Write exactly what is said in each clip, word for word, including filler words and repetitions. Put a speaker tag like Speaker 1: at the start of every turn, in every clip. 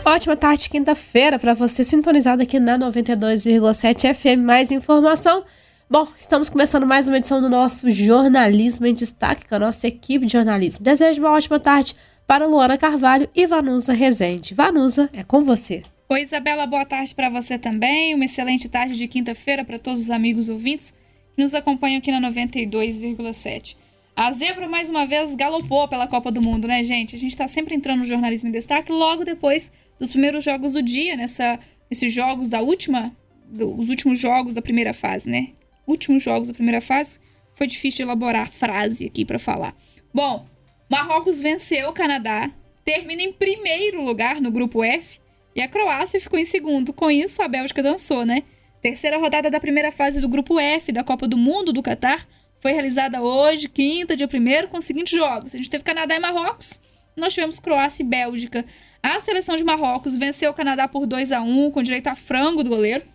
Speaker 1: Ótima tarde, quinta-feira, para você sintonizado aqui na noventa e dois vírgula sete F M. Mais informação. Bom, estamos começando mais uma edição do nosso Jornalismo em Destaque com a nossa equipe de jornalismo. Desejo uma ótima tarde para Luana Carvalho e Vanusa Rezende. Vanusa, é com você.
Speaker 2: Oi, Isabela, boa tarde para você também. Uma excelente tarde de quinta-feira para todos os amigos ouvintes que nos acompanham aqui na noventa e dois vírgula sete. A zebra, mais uma vez, galopou pela Copa do Mundo, né, gente? A gente está sempre entrando no Jornalismo em Destaque logo depois dos primeiros jogos do dia, nessa, nesses jogos da última, do, os últimos jogos da primeira fase, né? Últimos jogos da primeira fase. Foi difícil de elaborar a frase aqui para falar. Bom, Marrocos venceu o Canadá, termina em primeiro lugar no grupo F e a Croácia ficou em segundo. Com isso, a Bélgica dançou, né? Terceira rodada da primeira fase do grupo F da Copa do Mundo do Catar foi realizada hoje, quinta, dia primeiro, com os seguintes jogos. A gente teve Canadá e Marrocos, nós tivemos Croácia e Bélgica. A seleção de Marrocos venceu o Canadá por dois a um, com direito a frango do goleiro.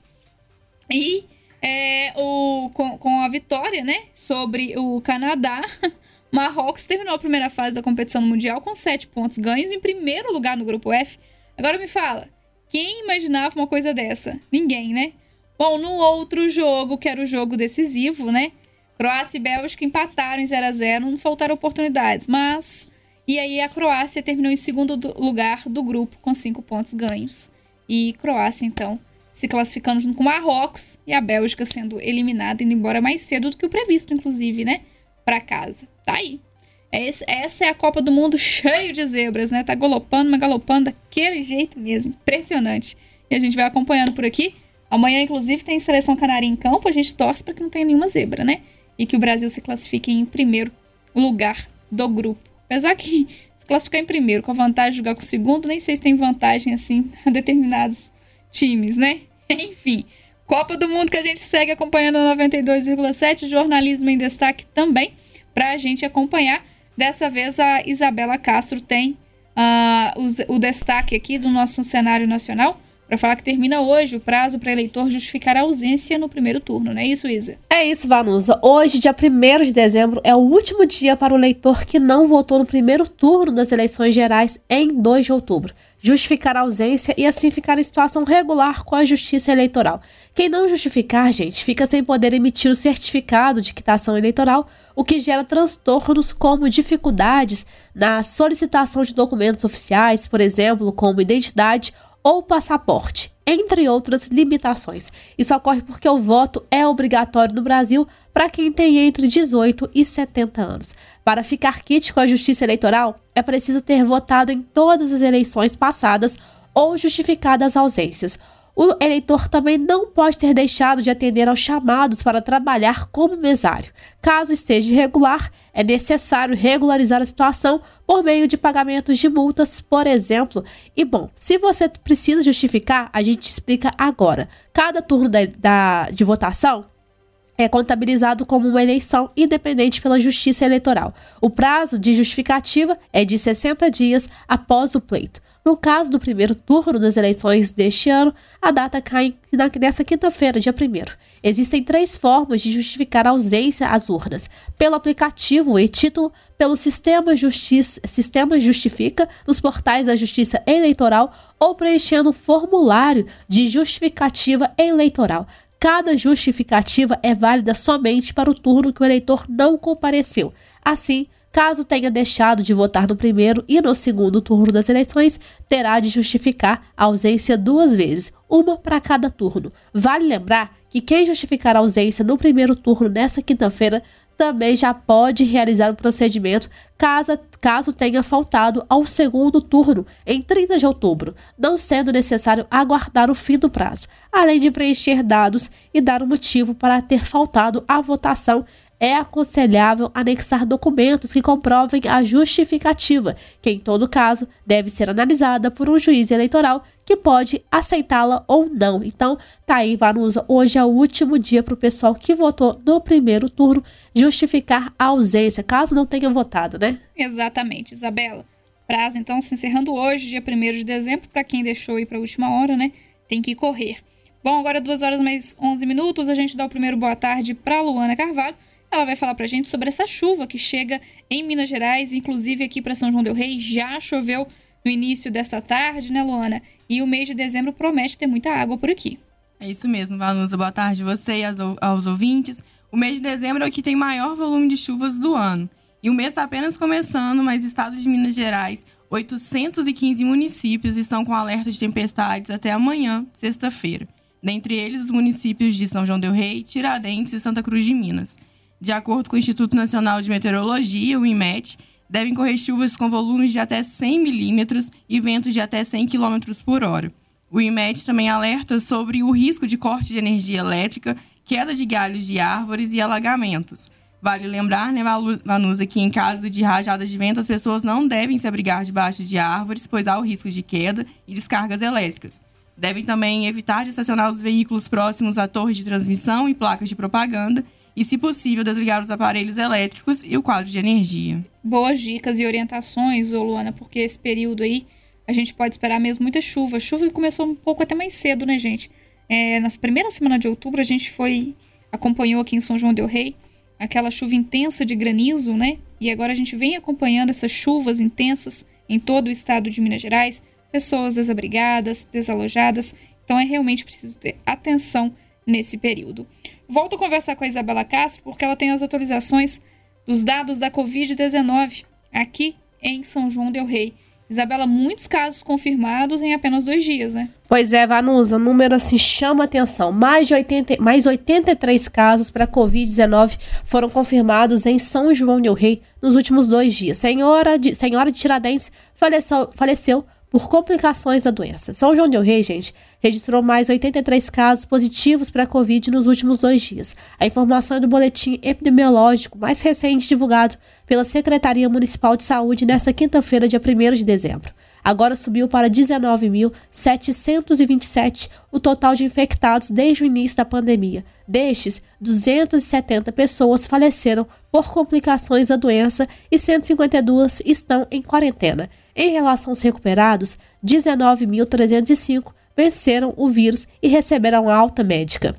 Speaker 2: E é, o, com, com a vitória, né, sobre o Canadá, Marrocos terminou a primeira fase da competição mundial com sete pontos ganhos em primeiro lugar no grupo F. Agora me fala, quem imaginava uma coisa dessa? Ninguém, né? Bom, no outro jogo, que era o jogo decisivo, né, Croácia e Bélgica empataram em zero a zero, não faltaram oportunidades, mas... E aí a Croácia terminou em segundo lugar do grupo com cinco pontos ganhos. E Croácia, então, se classificando junto com Marrocos e a Bélgica sendo eliminada, indo embora mais cedo do que o previsto, inclusive, né? Pra casa. Tá aí. Esse, essa é a Copa do Mundo cheio de zebras, né? Tá galopando, mas galopando daquele jeito mesmo. Impressionante. E a gente vai acompanhando por aqui. Amanhã, inclusive, tem Seleção Canária em campo. A gente torce pra que não tenha nenhuma zebra, né? E que o Brasil se classifique em primeiro lugar do grupo. Apesar que se classificar em primeiro com a vantagem de jogar com o segundo, nem sei se tem vantagem assim a determinados times, né? Enfim, Copa do Mundo que a gente segue acompanhando na noventa e dois vírgula sete, jornalismo em destaque também, pra gente acompanhar. Dessa vez a Isabela Castro tem uh, o, o destaque aqui do nosso cenário nacional, para falar que termina hoje o prazo para eleitor justificar a ausência no primeiro turno, não é isso, Isa?
Speaker 1: É isso, Vanusa. Hoje, dia primeiro de dezembro, é o último dia para o eleitor que não votou no primeiro turno das eleições gerais em dois de outubro. Justificar a ausência e assim ficar em situação regular com a Justiça Eleitoral. Quem não justificar, gente, fica sem poder emitir o certificado de quitação eleitoral, o que gera transtornos como dificuldades na solicitação de documentos oficiais, por exemplo, como identidade ou passaporte, entre outras limitações. Isso ocorre porque o voto é obrigatório no Brasil para quem tem entre dezoito e setenta anos. Para ficar quite com a Justiça Eleitoral, é preciso ter votado em todas as eleições passadas ou justificadas ausências. O eleitor também não pode ter deixado de atender aos chamados para trabalhar como mesário. Caso esteja irregular, é necessário regularizar a situação por meio de pagamentos de multas, por exemplo. E bom, se você precisa justificar, a gente explica agora. Cada turno da, da, de votação é contabilizado como uma eleição independente pela Justiça Eleitoral. O prazo de justificativa é de sessenta dias após o pleito. No caso do primeiro turno das eleições deste ano, a data cai nessa quinta-feira, dia primeiro. Existem três formas de justificar a ausência às urnas: pelo aplicativo e-título, pelo sistema, Justiça, sistema Justifica, nos portais da Justiça Eleitoral ou preenchendo o formulário de justificativa eleitoral. Cada justificativa é válida somente para o turno que o eleitor não compareceu. Assim, caso tenha deixado de votar no primeiro e no segundo turno das eleições, terá de justificar a ausência duas vezes, uma para cada turno. Vale lembrar que quem justificar a ausência no primeiro turno nessa quinta-feira também já pode realizar o procedimento caso, caso tenha faltado ao segundo turno em trinta de outubro, não sendo necessário aguardar o fim do prazo, além de preencher dados e dar um motivo para ter faltado à votação. É aconselhável anexar documentos que comprovem a justificativa, que em todo caso deve ser analisada por um juiz eleitoral que pode aceitá-la ou não. Então, tá aí, Vanusa, hoje é o último dia para o pessoal que votou no primeiro turno justificar a ausência, caso não tenha votado, né?
Speaker 2: Exatamente, Isabela. Prazo, então, se encerrando hoje, dia primeiro de dezembro, para quem deixou ir para a última hora, né? Tem que correr. Bom, agora duas horas mais onze minutos, a gente dá o primeiro boa tarde para Luana Carvalho. Ela vai falar pra gente sobre essa chuva que chega em Minas Gerais, inclusive aqui para São João del Rei. Já choveu no início desta tarde, né, Luana? E o mês de dezembro promete ter muita água por aqui.
Speaker 3: É isso mesmo, Vanusa. Boa tarde a você e aos, aos ouvintes. O mês de dezembro é o que tem maior volume de chuvas do ano. E o mês está apenas começando, mas o estado de Minas Gerais, oitocentos e quinze municípios estão com alerta de tempestades até amanhã, sexta-feira. Dentre eles, os municípios de São João del Rei, Tiradentes e Santa Cruz de Minas. De acordo com o Instituto Nacional de Meteorologia, o INMET, devem correr chuvas com volumes de até cem milímetros e ventos de até cem quilômetros por hora. O INMET também alerta sobre o risco de corte de energia elétrica, queda de galhos de árvores e alagamentos. Vale lembrar, né, Vanusa, que em caso de rajadas de vento, as pessoas não devem se abrigar debaixo de árvores, pois há o risco de queda e descargas elétricas. Devem também evitar de estacionar os veículos próximos a torres de transmissão e placas de propaganda e, se possível, desligar os aparelhos elétricos e o quadro de energia.
Speaker 2: Boas dicas e orientações, ô Luana, porque esse período aí a gente pode esperar mesmo muita chuva. Chuva que começou um pouco até mais cedo, né, gente? É, nas primeiras semanas de outubro, a gente foi, acompanhou aqui em São João del Rei aquela chuva intensa de granizo, né? E agora a gente vem acompanhando essas chuvas intensas em todo o estado de Minas Gerais, pessoas desabrigadas, desalojadas. Então é realmente preciso ter atenção nesse período. Volto a conversar com a Isabela Castro, porque ela tem as atualizações dos dados da covid dezenove aqui em São João del Rei. Isabela, muitos casos confirmados em apenas dois dias, né?
Speaker 1: Pois é, Vanusa, o número assim chama atenção. Mais de oitenta, mais oitenta e três casos para covid dezenove foram confirmados em São João del Rei nos últimos dois dias. Senhora de, senhora de Tiradentes faleceu, faleceu por complicações da doença. São João del Rei, gente, registrou mais oitenta e três casos positivos para a Covid nos últimos dois dias. A informação é do boletim epidemiológico mais recente divulgado pela Secretaria Municipal de Saúde nesta quinta-feira, dia primeiro de dezembro. Agora subiu para dezenove mil setecentos e vinte e sete o total de infectados desde o início da pandemia. Destes, duzentas e setenta pessoas faleceram por complicações da doença e cento e cinquenta e duas estão em quarentena. Em relação aos recuperados, dezenove mil trezentos e cinco venceram o vírus e receberam alta médica.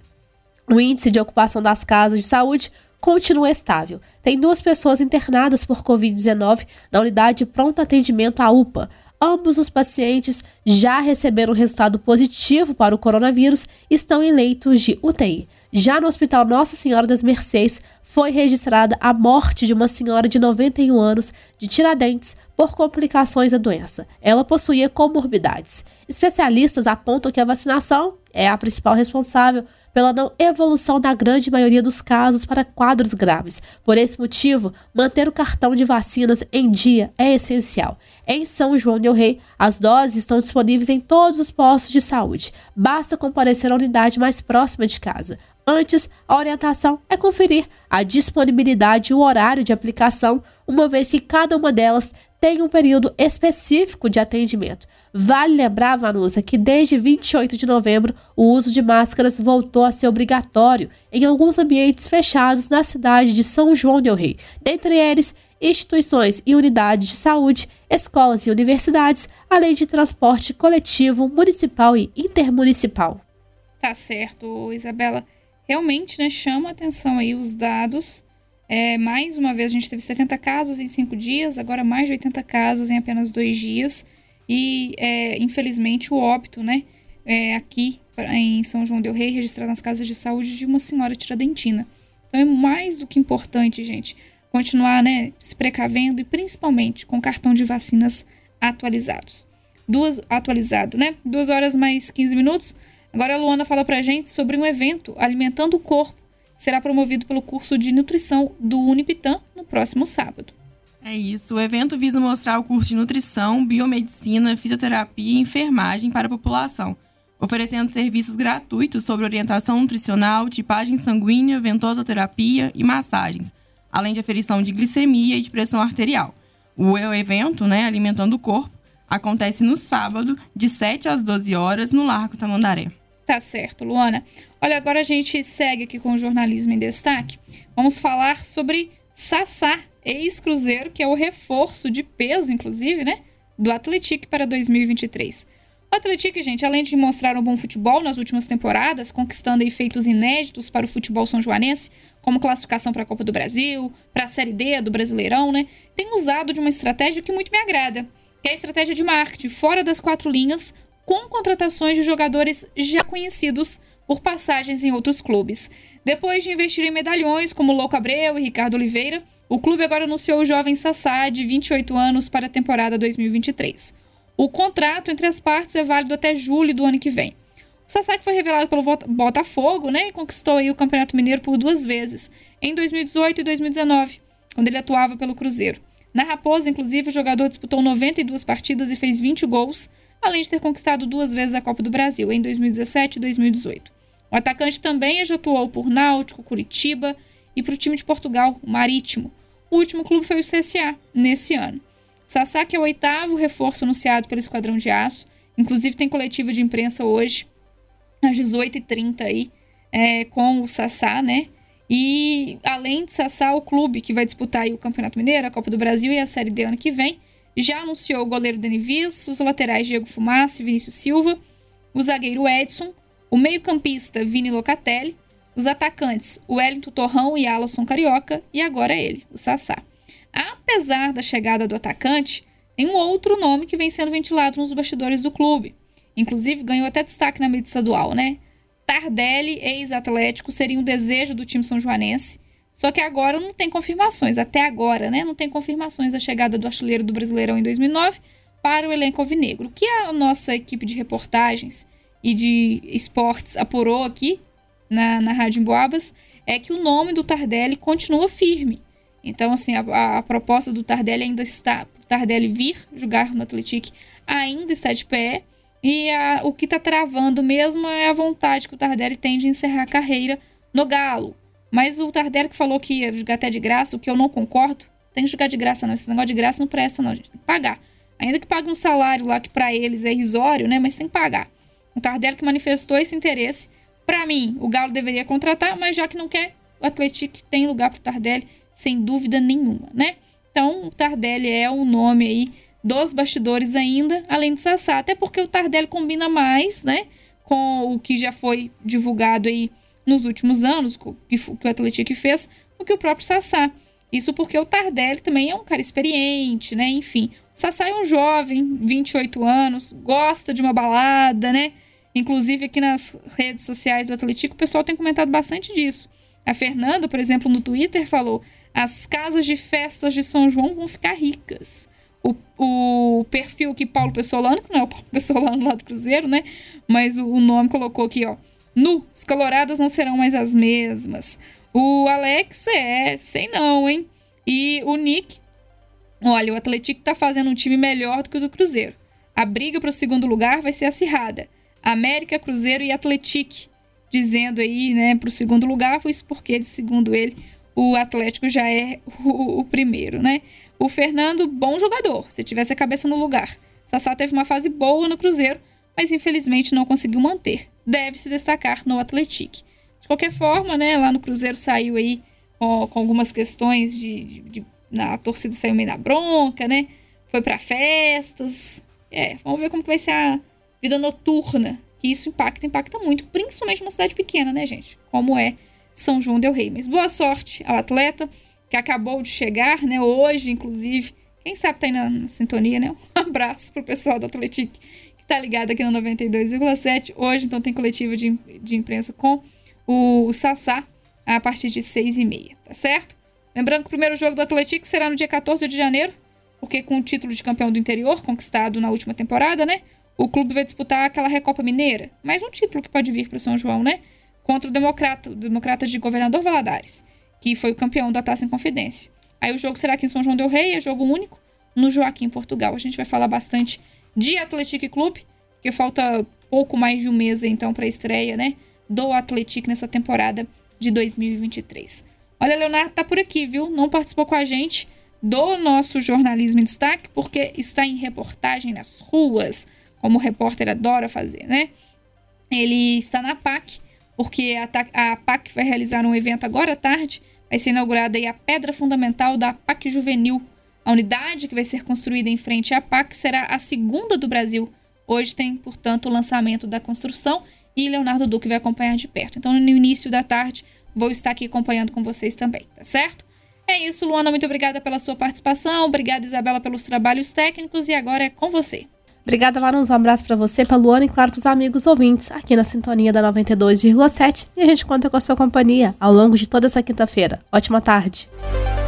Speaker 1: O índice de ocupação das casas de saúde continua estável. Tem duas pessoas internadas por covid dezenove na unidade de pronto atendimento à U P A. Ambos os pacientes já receberam resultado positivo para o coronavírus e estão em leitos de U T I. Já no Hospital Nossa Senhora das Mercês, foi registrada a morte de uma senhora de noventa e um anos de Tiradentes por complicações da doença. Ela possuía comorbidades. Especialistas apontam que a vacinação é a principal responsável pela não evolução da grande maioria dos casos para quadros graves. Por esse motivo, manter o cartão de vacinas em dia é essencial. Em São João del Rei, as doses estão disponíveis em todos os postos de saúde. Basta comparecer à unidade mais próxima de casa. Antes, a orientação é conferir a disponibilidade e o horário de aplicação, uma vez que cada uma delas tem um período específico de atendimento. Vale lembrar, Vanusa, que desde vinte e oito de novembro o uso de máscaras voltou a ser obrigatório em alguns ambientes fechados na cidade de São João del Rei. Dentre eles, instituições e unidades de saúde, escolas e universidades, além de transporte coletivo, municipal e intermunicipal.
Speaker 2: Tá certo, Isabela. Realmente, né, chama a atenção aí os dados. É, mais uma vez, a gente teve setenta casos em cinco dias, agora mais de oitenta casos em apenas dois dias. E, é, infelizmente, o óbito, né, é, aqui em São João del Rei, registrado nas casas de saúde de uma senhora tiradentina. Então, é mais do que importante, gente, continuar, né, se precavendo e, principalmente, com cartão de vacinas atualizados. Duas, atualizado, né? Duas horas mais quinze minutos. Agora a Luana fala pra gente sobre um evento Alimentando o Corpo, que será promovido pelo curso de nutrição do Unipitã no próximo sábado.
Speaker 3: É isso, o evento visa mostrar o curso de nutrição, biomedicina, fisioterapia e enfermagem para a população, oferecendo serviços gratuitos sobre orientação nutricional, tipagem sanguínea, ventosoterapia e massagens, além de aferição de glicemia e de pressão arterial. O evento, né, Alimentando o Corpo, acontece no sábado, de sete às doze horas, no Largo Tamandaré.
Speaker 2: Tá certo, Luana. Olha, agora a gente segue aqui com o Jornalismo em Destaque. Vamos falar sobre Sassá, ex-cruzeiro, que é o reforço de peso, inclusive, né, do Atlético para dois mil e vinte e três. O Atlético, gente, além de mostrar um bom futebol nas últimas temporadas, conquistando aí feitos inéditos para o futebol são-joanense, como classificação para a Copa do Brasil, para a Série D do Brasileirão, né, tem usado de uma estratégia que muito me agrada, que é a estratégia de marketing fora das quatro linhas, com contratações de jogadores já conhecidos por passagens em outros clubes. Depois de investir em medalhões como Louco Abreu e Ricardo Oliveira, o clube agora anunciou o jovem Sassá, de vinte e oito anos, para a temporada dois mil e vinte e três. O contrato entre as partes é válido até julho do ano que vem. O Sassá, que foi revelado pelo Botafogo, né, e conquistou aí o Campeonato Mineiro por duas vezes, em dois mil e dezoito e dois mil e dezenove, quando ele atuava pelo Cruzeiro. Na Raposa, inclusive, o jogador disputou noventa e duas partidas e fez vinte gols, além de ter conquistado duas vezes a Copa do Brasil, em dois mil e dezessete e dois mil e dezoito. O atacante também já atuou por Náutico, Curitiba e para o time de Portugal, o Marítimo. O último clube foi o C S A, nesse ano. Sassá, que é o oitavo reforço anunciado pelo Esquadrão de Aço, inclusive tem coletiva de imprensa hoje, às dezoito e trinta aí, é, com o Sassá, né? E além de Sassá, o clube que vai disputar aí o Campeonato Mineiro, a Copa do Brasil e a Série D ano que vem, já anunciou o goleiro Dani Viz, os laterais Diego Fumaça e Vinícius Silva, o zagueiro Edson, o meio-campista Vini Locatelli, os atacantes Wellington Torrão e Alisson Carioca, e agora ele, o Sassá. Apesar da chegada do atacante, tem um outro nome que vem sendo ventilado nos bastidores do clube. Inclusive, ganhou até destaque na mídia estadual, né? Tardelli, ex-atlético, seria um desejo do time são-joanense. Só que agora não tem confirmações, até agora, né? Não tem confirmações da chegada do artilheiro do Brasileirão em dois mil e nove para o elenco alvinegro. O que a nossa equipe de reportagens e de esportes apurou aqui na, na Rádio Emboabas é que o nome do Tardelli continua firme. Então, assim, a, a proposta do Tardelli ainda está, o Tardelli vir jogar no Atlético ainda está de pé, e a, o que está travando mesmo é a vontade que o Tardelli tem de encerrar a carreira no Galo. Mas o Tardelli que falou que ia jogar até de graça, o que eu não concordo, tem que jogar de graça não, esse negócio de graça não presta não, gente, tem que pagar. Ainda que pague um salário lá que para eles é irrisório, né, mas tem que pagar. O Tardelli que manifestou esse interesse, para mim, o Galo deveria contratar, mas já que não quer, o Atlético tem lugar para o Tardelli, sem dúvida nenhuma, né? Então, o Tardelli é um nome aí dos bastidores ainda, além de Sassá, até porque o Tardelli combina mais, né, com o que já foi divulgado aí nos últimos anos, que o Atlético fez, do que o próprio Sassá. Isso porque o Tardelli também é um cara experiente, né, enfim. O Sassá é um jovem, vinte e oito anos, gosta de uma balada, né, inclusive aqui nas redes sociais do Atlético o pessoal tem comentado bastante disso. A Fernanda, por exemplo, no Twitter falou: as casas de festas de São João vão ficar ricas. O, o perfil que Paulo Pessolano, que não é o Paulo Pessolano lá do Cruzeiro, né? Mas o, o nome colocou aqui, ó. Nu, as coloradas não serão mais as mesmas. O Alex é, sei não, hein? E o Nick, olha, o Atlético tá fazendo um time melhor do que o do Cruzeiro. A briga para o segundo lugar vai ser acirrada. América, Cruzeiro e Atlético. Dizendo aí, né, para o segundo lugar, foi isso porque, segundo ele, o Atlético já é o, o primeiro, né? O Fernando, bom jogador, se tivesse a cabeça no lugar. Sassá teve uma fase boa no Cruzeiro, mas infelizmente não conseguiu manter. Deve se destacar no Atlético. De qualquer forma, né, lá no Cruzeiro saiu aí ó, com algumas questões de, de, de... A torcida saiu meio na bronca, né? Foi para festas. É, vamos ver como que vai ser a vida noturna. Que isso impacta, impacta muito, principalmente numa cidade pequena, né, gente? Como é São João del Rei. Mas boa sorte ao atleta que acabou de chegar, né? Hoje, inclusive. Quem sabe tá aí na, na sintonia, né? Um abraço pro pessoal do Atlético que tá ligado aqui no noventa e dois vírgula sete. Hoje, então, tem coletiva de, de imprensa com o, o Sassá a partir de seis e meia, tá certo? Lembrando que o primeiro jogo do Atlético será no dia quatorze de janeiro, porque com o título de campeão do interior, conquistado na última temporada, né? O clube vai disputar aquela Recopa Mineira, mais um título que pode vir para São João, né? Contra o Democrata, o Democrata de Governador Valadares, que foi o campeão da Taça em Confidência. Aí o jogo será aqui em São João del Rei, é jogo único, no Joaquim, Portugal. A gente vai falar bastante de Atlético Clube, porque falta pouco mais de um mês, então, para a estreia, né, do Atlético nessa temporada de dois mil e vinte e três. Olha, Leonardo tá por aqui, viu? Não participou com a gente do nosso Jornalismo em Destaque, porque está em reportagem nas ruas, como o repórter adora fazer, né? Ele está na P A C, porque a, a P A C vai realizar um evento agora à tarde, vai ser inaugurada aí a pedra fundamental da P A C Juvenil. A unidade que vai ser construída em frente à P A C será a segunda do Brasil. Hoje tem, portanto, o lançamento da construção e Leonardo Duque vai acompanhar de perto. Então, no início da tarde, vou estar aqui acompanhando com vocês também, tá certo? É isso, Luana, muito obrigada pela sua participação, obrigada, Isabela, pelos trabalhos técnicos, e agora é com você.
Speaker 1: Obrigada, Vanusa. Um abraço para você, para Luana e, claro, para os amigos ouvintes aqui na sintonia da noventa e dois vírgula sete. E a gente conta com a sua companhia ao longo de toda essa quinta-feira. Ótima tarde.